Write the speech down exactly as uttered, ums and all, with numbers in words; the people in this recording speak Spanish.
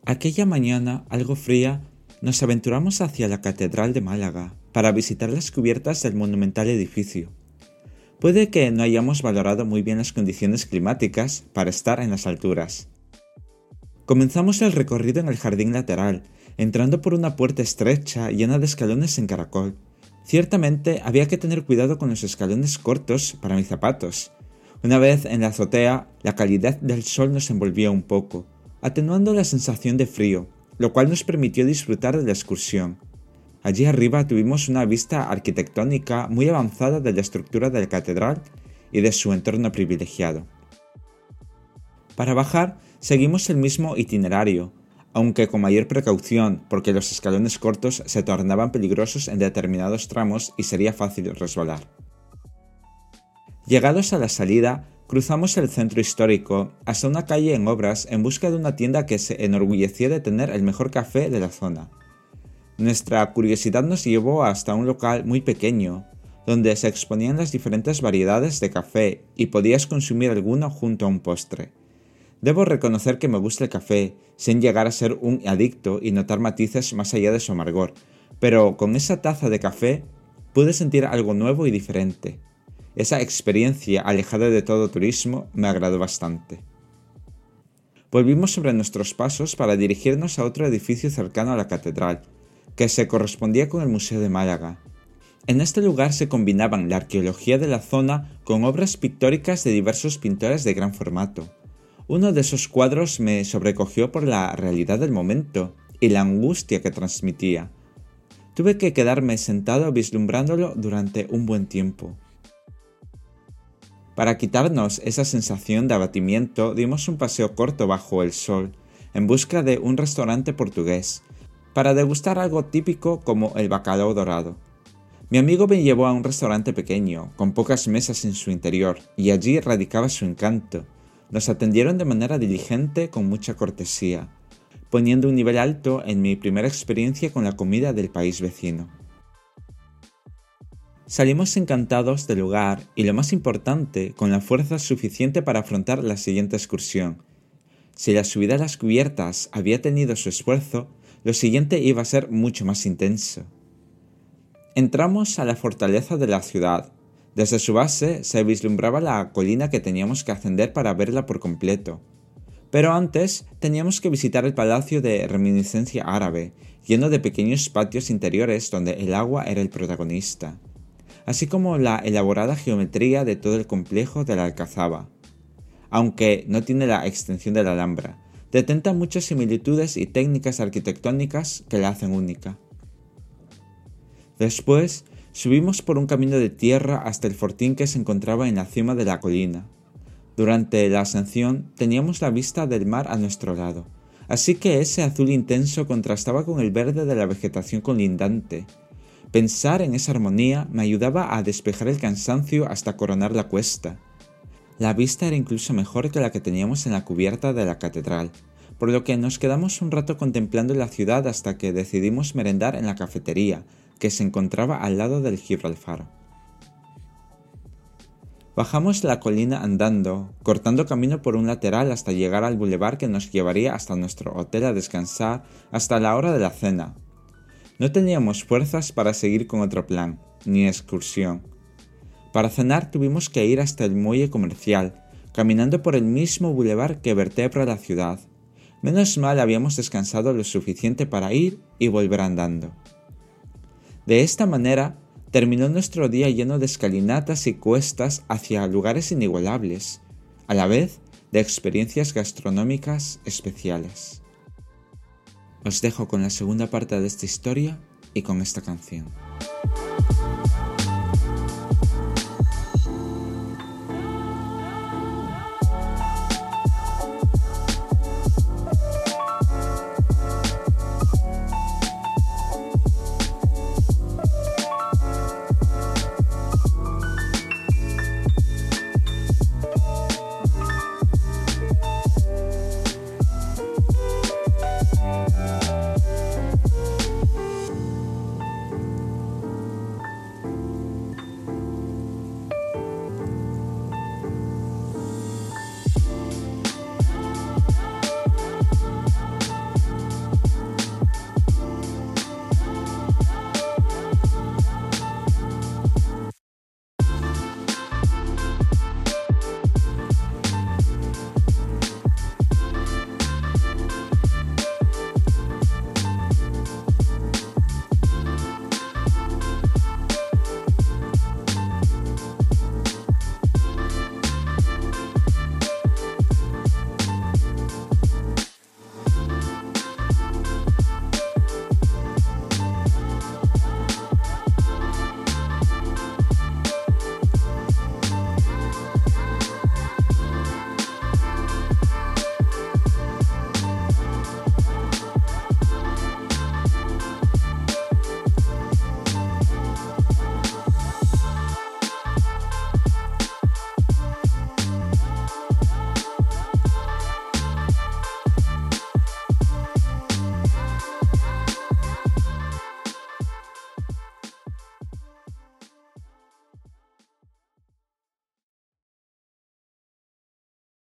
Aquella mañana, algo fría, nos aventuramos hacia la Catedral de Málaga para visitar las cubiertas del monumental edificio. Puede que no hayamos valorado muy bien las condiciones climáticas para estar en las alturas. Comenzamos el recorrido en el jardín lateral, entrando por una puerta estrecha llena de escalones en caracol. Ciertamente había que tener cuidado con los escalones cortos para mis zapatos. Una vez en la azotea, la calidez del sol nos envolvía un poco, atenuando la sensación de frío, lo cual nos permitió disfrutar de la excursión. Allí arriba tuvimos una vista arquitectónica muy avanzada de la estructura de la catedral y de su entorno privilegiado. Para bajar, seguimos el mismo itinerario, aunque con mayor precaución porque los escalones cortos se tornaban peligrosos en determinados tramos y sería fácil resbalar. Llegados a la salida, cruzamos el centro histórico hasta una calle en obras en busca de una tienda que se enorgullecía de tener el mejor café de la zona. Nuestra curiosidad nos llevó hasta un local muy pequeño, donde se exponían las diferentes variedades de café y podías consumir alguno junto a un postre. Debo reconocer que me gusta el café, sin llegar a ser un adicto y notar matices más allá de su amargor, pero con esa taza de café pude sentir algo nuevo y diferente. Esa experiencia alejada de todo turismo me agradó bastante. Volvimos sobre nuestros pasos para dirigirnos a otro edificio cercano a la catedral, que se correspondía con el Museo de Málaga. En este lugar se combinaban la arqueología de la zona con obras pictóricas de diversos pintores de gran formato. Uno de esos cuadros me sobrecogió por la realidad del momento y la angustia que transmitía. Tuve que quedarme sentado vislumbrándolo durante un buen tiempo. Para quitarnos esa sensación de abatimiento, dimos un paseo corto bajo el sol, en busca de un restaurante portugués, para degustar algo típico como el bacalao dorado. Mi amigo me llevó a un restaurante pequeño, con pocas mesas en su interior, y allí radicaba su encanto. Nos atendieron de manera diligente con mucha cortesía, poniendo un nivel alto en mi primera experiencia con la comida del país vecino. Salimos encantados del lugar y, lo más importante, con la fuerza suficiente para afrontar la siguiente excursión. Si la subida a las cubiertas había tenido su esfuerzo, lo siguiente iba a ser mucho más intenso. Entramos a la fortaleza de la ciudad. Desde su base se vislumbraba la colina que teníamos que ascender para verla por completo. Pero antes teníamos que visitar el palacio de reminiscencia árabe, lleno de pequeños patios interiores donde el agua era el protagonista, así como la elaborada geometría de todo el complejo de la Alcazaba. Aunque no tiene la extensión de la Alhambra, detenta muchas similitudes y técnicas arquitectónicas que la hacen única. Después, subimos por un camino de tierra hasta el fortín que se encontraba en la cima de la colina. Durante la ascensión teníamos la vista del mar a nuestro lado, así que ese azul intenso contrastaba con el verde de la vegetación colindante. Pensar en esa armonía me ayudaba a despejar el cansancio hasta coronar la cuesta. La vista era incluso mejor que la que teníamos en la cubierta de la catedral, por lo que nos quedamos un rato contemplando la ciudad hasta que decidimos merendar en la cafetería, que se encontraba al lado del Gibralfaro. Bajamos la colina andando, cortando camino por un lateral hasta llegar al bulevar que nos llevaría hasta nuestro hotel a descansar hasta la hora de la cena. No teníamos fuerzas para seguir con otro plan, ni excursión. Para cenar tuvimos que ir hasta el muelle comercial, caminando por el mismo bulevar que vertebra la ciudad. Menos mal habíamos descansado lo suficiente para ir y volver andando. De esta manera, terminó nuestro día lleno de escalinatas y cuestas hacia lugares inigualables, a la vez de experiencias gastronómicas especiales. Os dejo con la segunda parte de esta historia y con esta canción.